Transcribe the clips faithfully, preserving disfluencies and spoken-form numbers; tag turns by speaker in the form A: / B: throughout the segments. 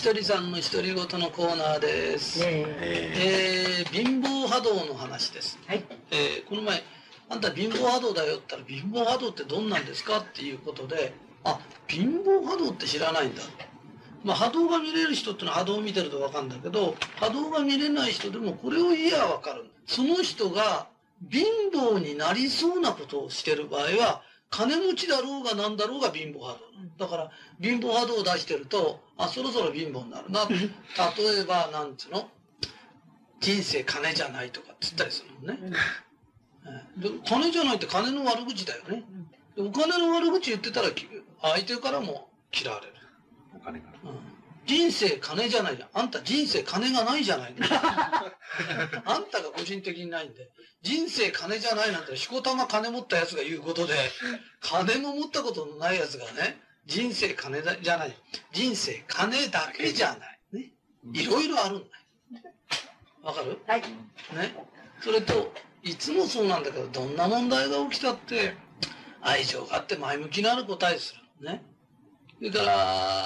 A: ひとりさんの独り言のコーナーです。ねえー、貧乏波動の話です。はい。えー、この前、あんた貧乏波動だよって言ったら、貧乏波動ってどんなんですかっていうことで、あ、貧乏波動って知らないんだ。まあ波動が見れる人ってのは波動を見てるとわかるんだけど、波動が見れない人でもこれを言えばわかる。その人が貧乏になりそうなことをしてる場合は、金持ちだろうが何だろうが貧乏波動。だから、貧乏波動を出してると、あ、そろそろ貧乏になるな。例えば、なんつうの人生金じゃないとかって言ったりするのね。で金じゃないって金の悪口だよね。でお金の悪口言ってたら、相手からも嫌われる。お金から。うん、人生金じゃないじゃん。あんた人生金がないじゃないの。あんたが個人的にないんで。人生金じゃないなんて、しこたま金持った奴が言うことで、金も持ったことのない奴がね、人生金だじゃない。人生金だけじゃない。ね。いろいろあるんだよ。わかる？はい。ね。それと、いつもそうなんだけど、どんな問題が起きたって、愛情があって前向きのある答えするのね。それから、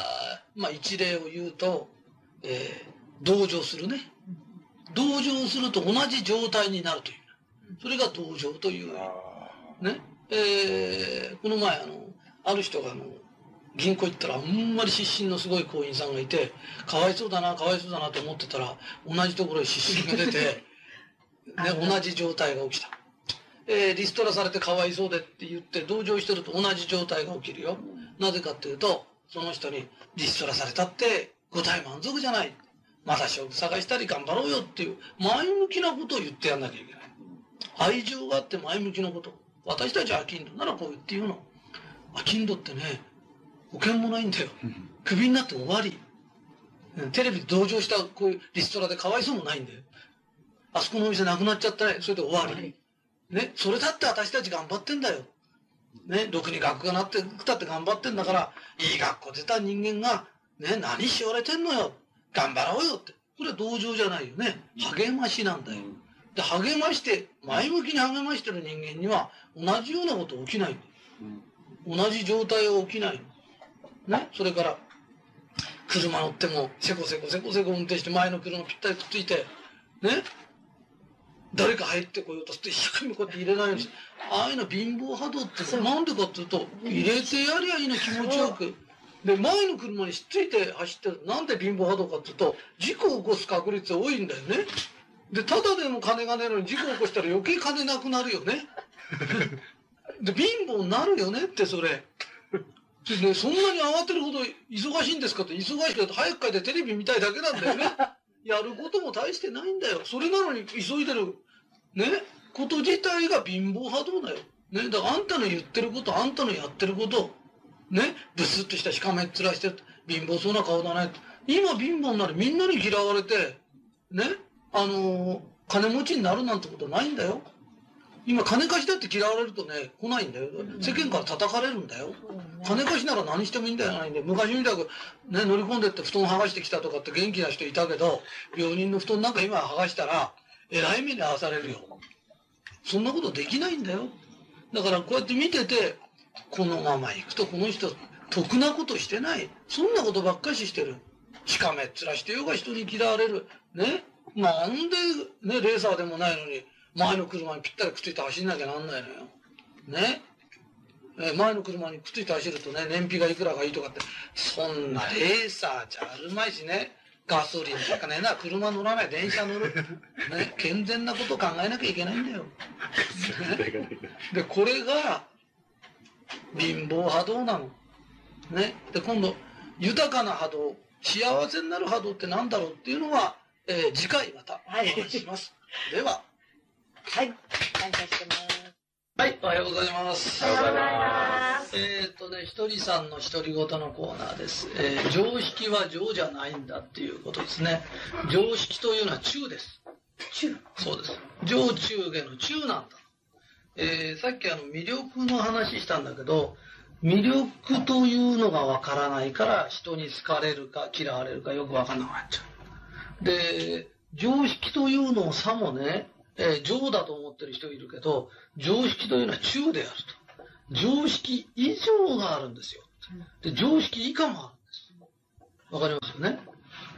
A: まあ一例を言うと、えー、同情するね。同情すると同じ状態になるという。それが同情という。ね。えー、この前、あの、ある人があの、銀行行ったらあんまり失神のすごい行員さんがいて、かわいそうだな、かわいそうだなと思ってたら、同じところへ失神が出て、ね、同じ状態が起きた。えー、リストラされてかわいそうでって言って同情してると同じ状態が起きるよ。なぜかっていうと、その人にリストラされたって答え満足じゃない。また職探したり頑張ろうよっていう前向きなことを言ってやんなきゃいけない。愛情があって前向きなこと。私たちはアキンドならこう言って言うの。アキンドってね、保険もないんだよ。クビになっても終わり。テレビで同情したこういうリストラでかわいそうもないんだよ。あそこのお店なくなっちゃったね。それで終わり。ね、それだって私たち頑張ってんだよ。ね、ろくに学がなってくたって頑張ってんだから、いい学校出た人間が、ね、何しおれてんのよ。頑張ろうよって。これは同情じゃないよね。励ましなんだよ。で、励まして、前向きに励ましてる人間には、同じようなこと起きないんだよ。同じ状態は起きない。ね、それから、車乗っても、せこせこせこせこ運転して前の車ぴったりくっついて、ね、誰か入ってこようとして一生懸命こうやって入れないようにして、ああいうの貧乏波動ってなんでかっていうと、入れてやりゃいいの気持ちよく。で、前の車にしっついて走ってる。なんで貧乏波動かっていうと、事故を起こす確率多いんだよね。で、ただでも金がねえのに事故を起こしたら余計金なくなるよね。で、貧乏になるよねってそれ。でね、そんなに慌てるほど忙しいんですかって、忙しくて早く帰ってテレビ見たいだけなんだよね。やることも大してないんだよ。それなのに急いでる、ね、こと自体が貧乏波動だよ。ね、だからあんたの言ってること、あんたのやってること、ね、ブスッとしたしかめっ面して、貧乏そうな顔だね。今貧乏になる、みんなに嫌われて、ね、あのー、金持ちになるなんてことないんだよ。今金貸しだって嫌われるとね、来ないんだよ。世間から叩かれるんだよ。金貸しなら何してもいいんだよないんで、昔みたくね、乗り込んでって布団剥がしてきたとかって元気な人いたけど、病人の布団なんか今剥がしたら、えらい目に遭わされるよ。そんなことできないんだよ。だからこうやって見てて、このまま行くとこの人、得なことしてない。そんなことばっかししてる。しかめっ面してよが人に嫌われる。ね。なんで、ね、レーサーでもないのに、前の車にぴったりくっついて走んなきゃなんないのよ。ね。え前の車にくっついて走るとね、燃費がいくらがいいとかって、そんなレーサーじゃあるまいしね。ガソリンとかねな、車乗らない、電車乗る。ね、健全なことを考えなきゃいけないんだよ。ね、で、これが、貧乏波動なの。ね。で、今度、豊かな波動、幸せになる波動って何だろうっていうのは、えー、次回またお話しします。では。
B: はい。感謝してます。
A: はい、おはようございます。
B: おはようございます。
A: えっとね、ひとりさんの独り言のコーナーです。えー、常識は常じゃないんだっていうことですね。常識というのは中です。
B: 中
A: そうです。上中下の中なんだ。えー、さっきあの魅力の話したんだけど、魅力というのがわからないから人に好かれるか嫌われるかよくわかんなくなっちゃう。で、常識というのをさもね、えー、常だと思ってる人いるけど、常識というのは中であると。常識以上があるんですよ。で、常識以下もあるんです。わかりますよね。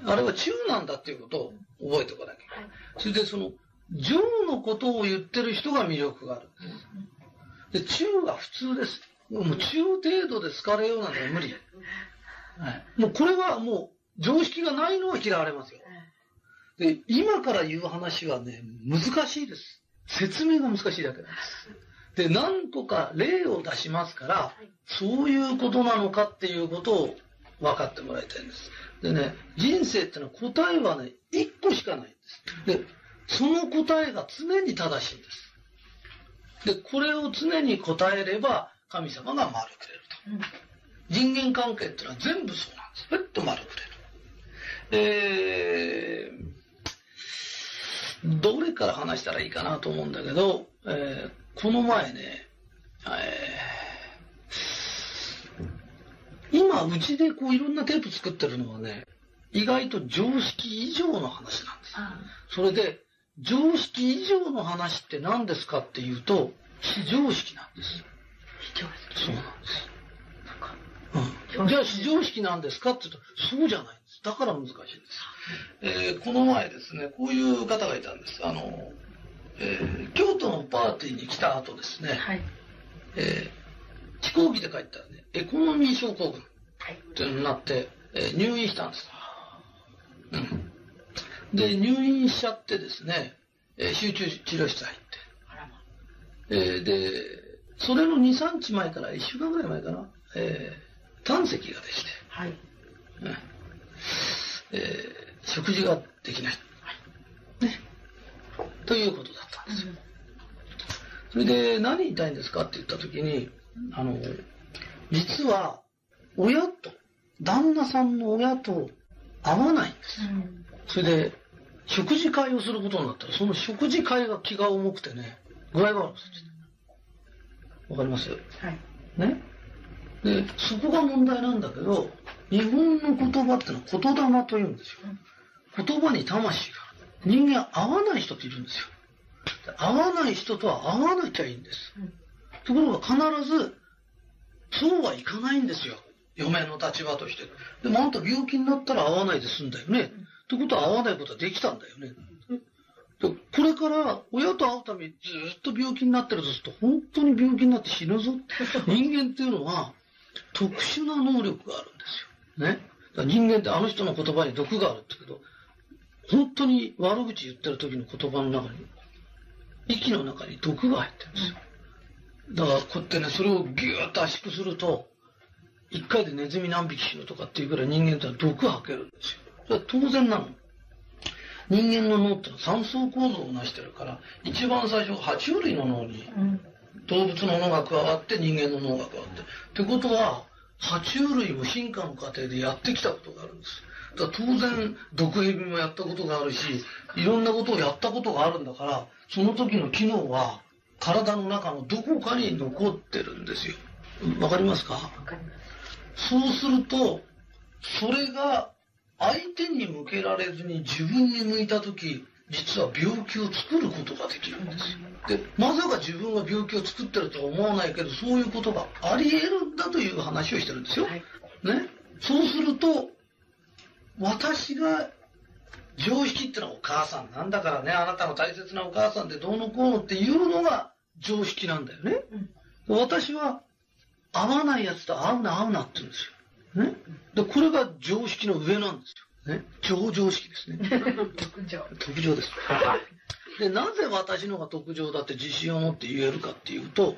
A: あれは中なんだっていうことを覚えておかなきゃいけない。それでその、上のことを言ってる人が魅力があるんです。で、中は普通です。もう中程度で好かれようなんて無理。はい、もうこれはもう常識がないのは嫌われますよ。で、今から言う話はね、難しいです。説明が難しいだけなんです。で、何個か例を出しますから、そういうことなのかっていうことを分かってもらいたいんです。でね、人生ってのは答えはね、一個しかないんです。で、その答えが常に正しいんです。で、これを常に答えれば、神様が丸くれると。うん、人間関係っていうのは全部そうなんです。ふっと丸くれる。えー、どれから話したらいいかなと思うんだけど、えー、この前ね、えー、今、うちでこういろんなテープ作ってるのはね、意外と常識以上の話なんです。それで、常識以上の話って何ですかっていうと、非常識なんです。
B: 非常識。
A: そうなんです。うん、じゃあ非常識なんですかって言うと、そうじゃないんです。だから難しいんです。えー、この前ですね、こういう方がいたんです。あの、えー、京都のパーティーに来た後ですね、はい、えー、飛行機で帰ったらね、エコノミー症候群っていうのになって、えー、入院したんです。うん、で、入院しちゃってですね、えー、集中治療室入って、えー、で、それのに、さんにちまえから、いっしゅうかんぐらい前かな、えー、胆石ができて、はい、うんえー、食事ができない、はいね、ということだったんですよ。うん、それで、何言いたいんですかって言ったときに、あの、実は、親と、旦那さんの親と合わないんです。うん、それで、食事会をすることになったら、その食事会が気が重くてね、具合が悪くなっちゃった。わかります？はい。ね。で、そこが問題なんだけど、日本の言葉ってのは言霊というんですよ。言葉に魂がある。人間合わない人っているんですよ。合わない人とは合わなきゃいいんです。うん、ところが必ず、そうはいかないんですよ。嫁の立場として。でもあんた病気になったら合わないで済んだよね。ってことは合わないことはできたんだよね。でこれから親と会うためにずっと病気になってるとすると本当に病気になって死ぬぞ。人間っていうのは特殊な能力があるんですよ。ね。だから人間ってあの人の言葉に毒があるって言うけど、本当に悪口言ってる時の言葉の中に、息の中に毒が入ってるんですよ。だからこうやってね、それをギューッと圧縮すると、一回でネズミ何匹死ぬとかっていうくらい人間ってのは毒を吐けるんですよ。それは当然なの。人間の脳ってのは三層構造を成してるから、一番最初、爬虫類の脳に、動物の脳が加わって人間の脳が加わって。ってことは、爬虫類も進化の過程でやってきたことがあるんです。だから当然、毒蛇もやったことがあるし、いろんなことをやったことがあるんだから、その時の機能は、体の中のどこかに残ってるんですよ。わかりますか？わかります。そうすると、それが相手に向けられずに自分に向いたとき、実は病気を作ることができるんですよ。で、まさか自分が病気を作ってるとは思わないけど、そういうことがあり得るんだという話をしてるんですよ。はい、ね。そうすると、私が常識ってのはお母さんなんだからね、あなたの大切なお母さんってどうのこうのっていうのが常識なんだよね。うん、私は合わないやつと合うな合うなって言うんですよ。ね。で、これが常識の上なんですよ。ね。超常識ですね。
B: 特上。
A: 特上です。で、なぜ私のが特上だって自信を持って言えるかっていうと、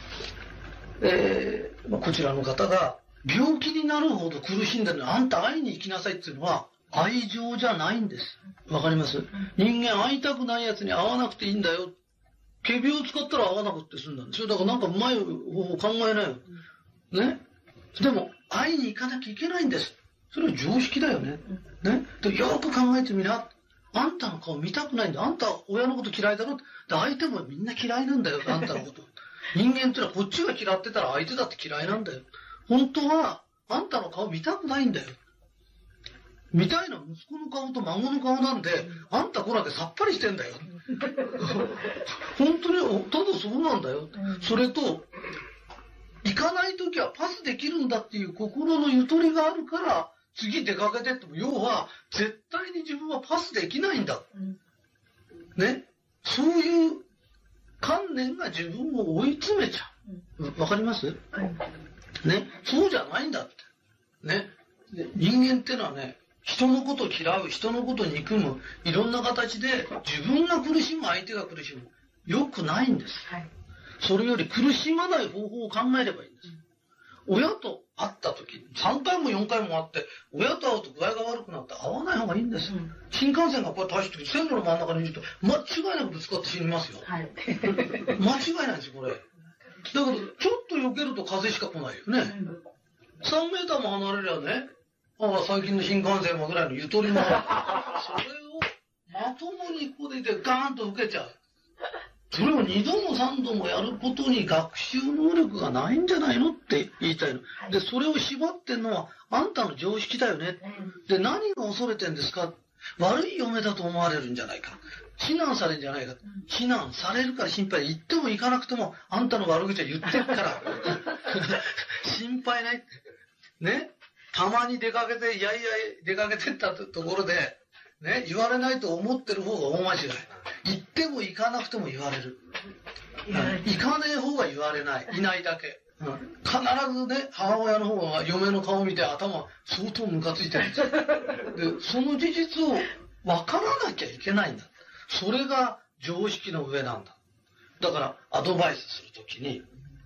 A: えーまあ、こちらの方が病気になるほど苦しんでるのにあんた会いに行きなさいっていうのは愛情じゃないんです。わかります？人間会いたくないやつに会わなくていいんだよ。仮病を使ったら会わなくて済んだんですよ。だからなんかうまい方法考えないよ。ね。でも会いに行かなきゃいけないんです。それは常識だよね。ね。でよく考えてみな。あんたの顔見たくないんだ。あんた親のこと嫌いだろ。で相手もみんな嫌いなんだよ。あんたのこと。人間ってのはこっちが嫌ってたら相手だって嫌いなんだよ。本当はあんたの顔見たくないんだよ。見たいのは息子の顔と孫の顔なんで、あんた来なきゃさっぱりしてんだよ。本当にただそうなんだよ。それと、行かないときはパスできるんだっていう心のゆとりがあるから、 次出かけてっても、要は、絶対に自分はパスできないんだ。うん、ね。そういう観念が自分を追い詰めちゃう。わ、うん、かります？はい、ね。そうじゃないんだって。ね。人間ってのはね、人のことを嫌う、人のことを憎む、いろんな形で自分が苦しむ、相手が苦しむ。よくないんです。はい、それより苦しまない方法を考えればいいんです。うん、親と会った時、さんかいもよんかいも会って、親と会うと具合が悪くなって会わない方がいいんです。うん、新幹線がこうやって走って線路の真ん中にいると、間違いなくぶつかって死にますよ。はい、間違いないんですよ、これ。だけど、ちょっと避けると風しか来ないよね。さんメーターも離れりゃね、ああ、最近の新幹線もぐらいのゆとりもある。それをまともにここでいてガーンと受けちゃう。それをにどもさんどもやることに学習能力がないんじゃないのって言いたいの。で、それを縛ってんのはあんたの常識だよね。で、何が恐れてんですか？悪い嫁だと思われるんじゃないか。非難されるんじゃないか。非難されるから心配。言っても行かなくてもあんたの悪口は言ってるから。心配ない。ね。たまに出かけて、いやいや出かけてったところで、ね、言われないと思ってる方が大間違い。行っても行かなくても言われる。うん、行かねえ方が言われない。いないだけ。うん、必ずね、母親の方が嫁の顔見て頭相当ムカついてるんですよ。で、その事実を分からなきゃいけないんだ。それが常識の上なんだ。だから、アドバイスするときに、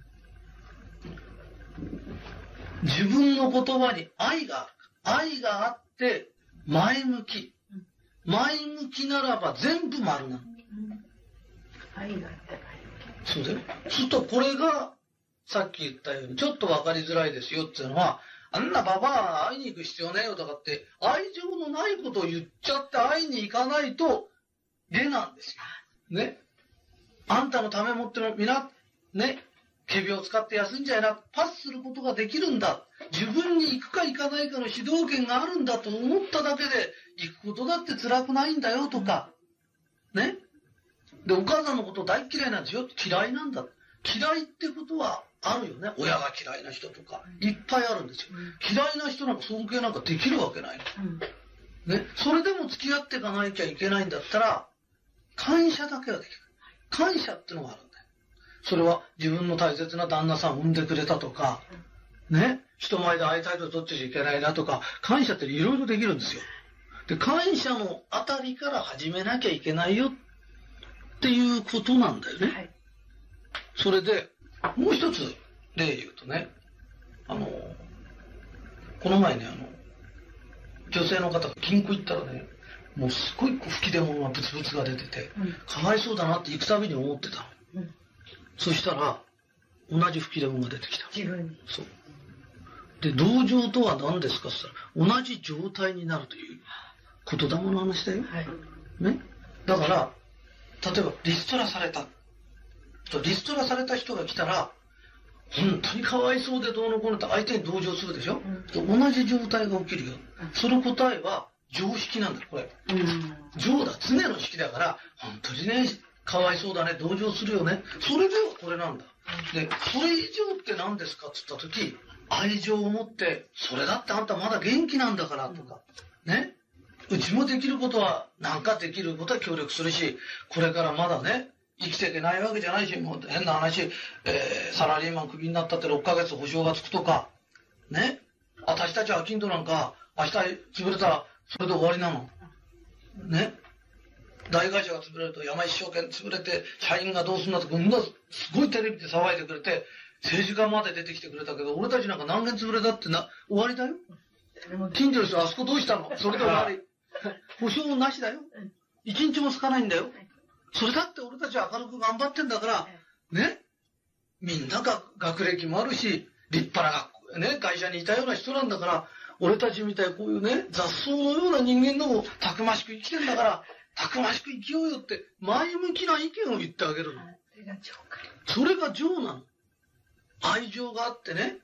A: 自分の言葉に愛がある。愛があって、前向き。前向きならば全部丸なの。
B: 愛があって
A: そうだよ。そうするとこれが、さっき言ったように、ちょっとわかりづらいですよっていうのは、あんなババア会いに行く必要ねえよとかって、愛情のないことを言っちゃって会いに行かないと、下なんですよ。ね。あんたのためもっての、みな、ね。仮病を使って休んじゃいな、パスすることができるんだ。自分に行くか行かないかの主導権があるんだと思っただけで、行くことだって辛くないんだよとか。ね。で、お母さんのこと大嫌いなんですよ。嫌いなんだ。嫌いってことはあるよね。親が嫌いな人とか、いっぱいあるんですよ。嫌いな人なんか尊敬なんかできるわけない。ね。それでも付き合っていかなきゃいけないんだったら、感謝だけはできる。感謝ってのがあるんだよ。それは自分の大切な旦那さんを産んでくれたとか、ね。人前で会いたいと取ってちゃいけないなとか、感謝っていろいろできるんですよ。で、感謝のあたりから始めなきゃいけないよっていうことなんだよね。はい、それで、もう一つ例言うとね、あの、この前ね、あの、女性の方が銀行行ったらね、もうすごい吹き出物がブツブツが出てて、うん、かわいそうだなって行くたびに思ってたの。うん、そしたら、同じ吹き出物が出てきた。
B: 自分に。
A: そう。で、同情とは何ですかって言ったら、同じ状態になるという言霊の話だよ。はい。ね。だから、例えばリストラされた。リストラされた人が来たら、本当にかわいそうでどうのこうのって相手に同情するでしょ、うん、同じ状態が起きるよ。うん、その答えは常識なんだ、これ。うん、常だ、常の式だから、本当にね、かわいそうだね、同情するよね。それではこれなんだ。で、それ以上って何ですかって言ったとき、愛情を持って、それだってあんたまだ元気なんだからとか、ね。うちもできることは、なんかできることは協力するし、これからまだね、生きていけないわけじゃないし、もう変な話、えー、サラリーマンクビになったってろっかげつ保証がつくとか、ね。私たちはアキンドなんか、明日潰れたら、それで終わりなの。ね。大会社が潰れると山一生懸命潰れて、社員がどうするんだとか、みんなすごいテレビで騒いでくれて、政治家まで出てきてくれたけど、俺たちなんか何件潰れたってな、終わりだよ。近所の人あそこどうしたの？それで終わり。保証もなしだよ。一日もつかないんだよ。それだって俺たちは明るく頑張ってんだから、ね。みんなが学歴もあるし、立派な学校、ね、会社にいたような人なんだから、俺たちみたいこういうね、雑草のような人間のもたくましく生きてんだから、たくましく生きようよって前向きな意見を言ってあげるの。それが情なの。愛情があってね、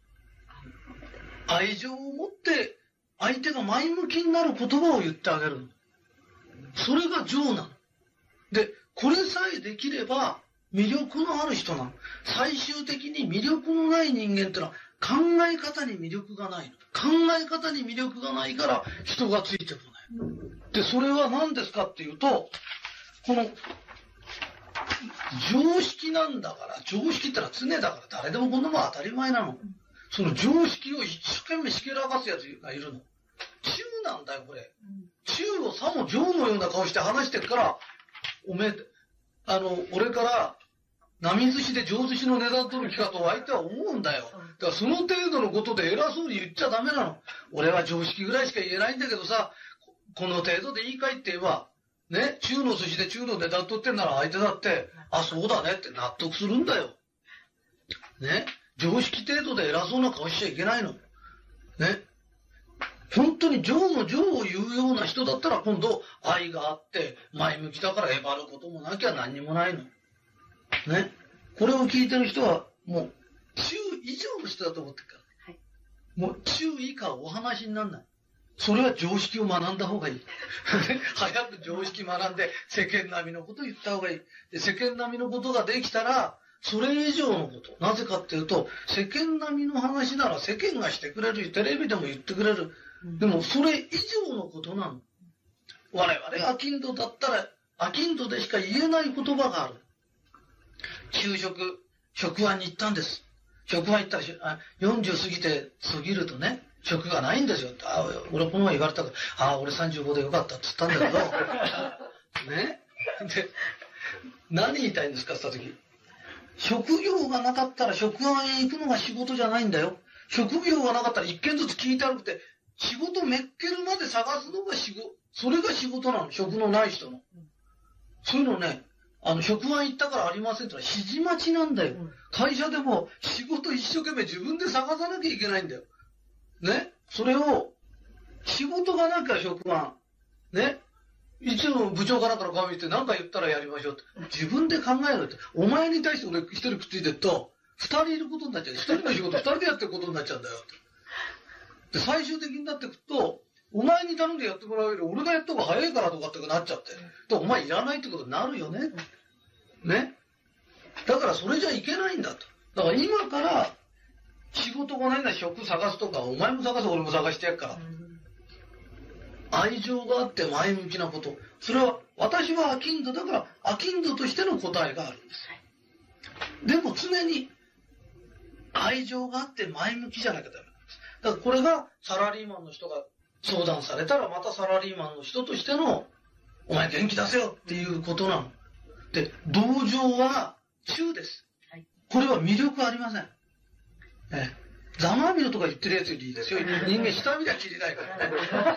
A: 愛情を持って相手が前向きになる言葉を言ってあげるの。それが情なの。で、これさえできれば魅力のある人なの。最終的に魅力のない人間ってのは考え方に魅力がないの。考え方に魅力がないから人がついてこない。で、それは何ですかっていうと、この、常識なんだから、常識ってのは常だから誰でもこんなもん当たり前なの。その常識を一生懸命しけらかすやつがいるの。中なんだよ、これ。中をさも上のような顔して話してるから、おめえ、あの、俺から、波寿司で上寿司の値段取る気かと相手は思うんだよ。だからその程度のことで偉そうに言っちゃダメなの。俺は常識ぐらいしか言えないんだけどさ、この程度でいいかいって言えば、ね、中の寿司で中の値段取ってんなら相手だって、あ、そうだねって納得するんだよ。ね、常識程度で偉そうな顔しちゃいけないの。ね。本当に上の上を言うような人だったら今度愛があって前向きだからえばることもなきゃ何にもないの。ね。これを聞いてる人はもう中以上の人だと思ってるから。はい、もう中以下お話にならない。それは常識を学んだ方がいい。早く常識学んで世間並みのことを言った方がいい。で、世間並みのことができたら、それ以上のこと。なぜかっていうと、世間並みの話なら世間がしてくれる。テレビでも言ってくれる。でも、それ以上のことなの。我々が金土だったら、アキンドでしか言えない言葉がある。昼食、食案に行ったんです。食案行ったら、よんじゅう過ぎて過ぎるとね、食がないんですよ。あ、俺この前言われたから、ああ、俺さんじゅうごでよかったって言ったんだけど、ね。で、何言いたいんですかって言った時、職業がなかったら食案へ行くのが仕事じゃないんだよ。職業がなかったら一件ずつ聞いて歩くて、仕事めっけるまで探すのが仕事、それが仕事なの。職のない人の。そういうのね、あの、職案行ったからありませんってのは指示待ちなんだよ。会社でも仕事一生懸命自分で探さなきゃいけないんだよ。ね。それを、仕事がなきゃ職案。ね。一応部長かなんかの顔見て何か言ったらやりましょうって。自分で考えろって。お前に対して俺一人くっついてると、二人いることになっちゃう。一人の仕事二人でやってることになっちゃうんだよって。で、最終的になってくと、お前に頼んでやってもらうより俺がやった方が早いからとかってなっちゃって。で、お前いらないってことになるよね。ね。だからそれじゃいけないんだと。だから今から仕事がないなら職探すとか、お前も探す俺も探してやるから。愛情があって前向きなこと。それは、私はアキンドだから、アキンドとしての答えがあるんです。でも常に、愛情があって前向きじゃなきゃダメなんです。だからこれがサラリーマンの人が相談されたら、またサラリーマンの人としての、お前元気出せよっていうことなの。で、同情は中です。これは魅力ありません。ええ。ざまあみろとか言ってるやつよりいいですよ。人間下見りゃきりないからね。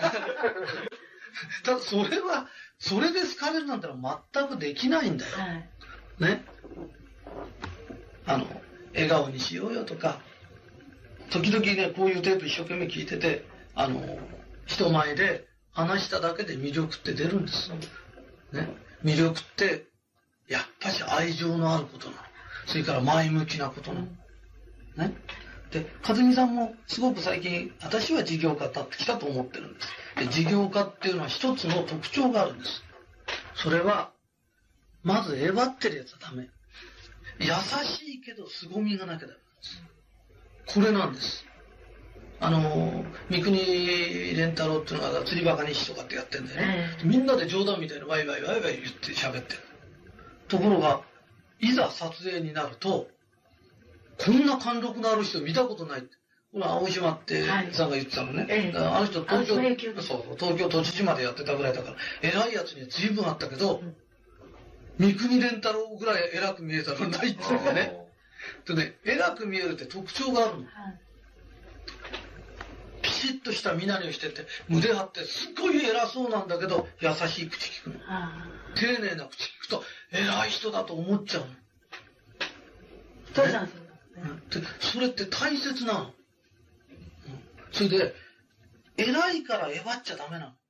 A: ただそれは、それで好かれるなんてのは全くできないんだよ。ね。あの、笑顔にしようよとか、時々ね、こういうテープ一生懸命聞いてて、あの、人前で話しただけで魅力って出るんです。ね。魅力って、やっぱし愛情のあることなの。それから前向きなことなの。ね。で、和美さんもすごく最近、私は事業家だってきたと思ってるんです。で、事業家っていうのは一つの特徴があるんです。それは、まずえばってるやつはダメ。優しいけど凄みがなきゃダメなんです。これなんです。あの、三國連太郎っていうのが釣りバカ日誌とかってやってんだよね。みんなで冗談みたいなワイワイワイワイ言って喋ってる。ところが、いざ撮影になると、こんな貫禄のある人見たことないって。これ青島ってさんが言ってたのね。はい、あの人東京、そうそう、東京都知事までやってたぐらいだから、偉いやつには随分あったけど、三國連太郎ぐらい偉く見えたのないって言うんだよね。でね、偉く見えるって特徴があるの。はい、ピシッとした身なりをしてて、胸張ってすっごい偉そうなんだけど、優しい口聞くの。丁寧な口聞くと、偉い人だと思っちゃうの。
B: そうなんですよ。
A: でそれって大切なの。それで、偉いからえばっちゃダメなの。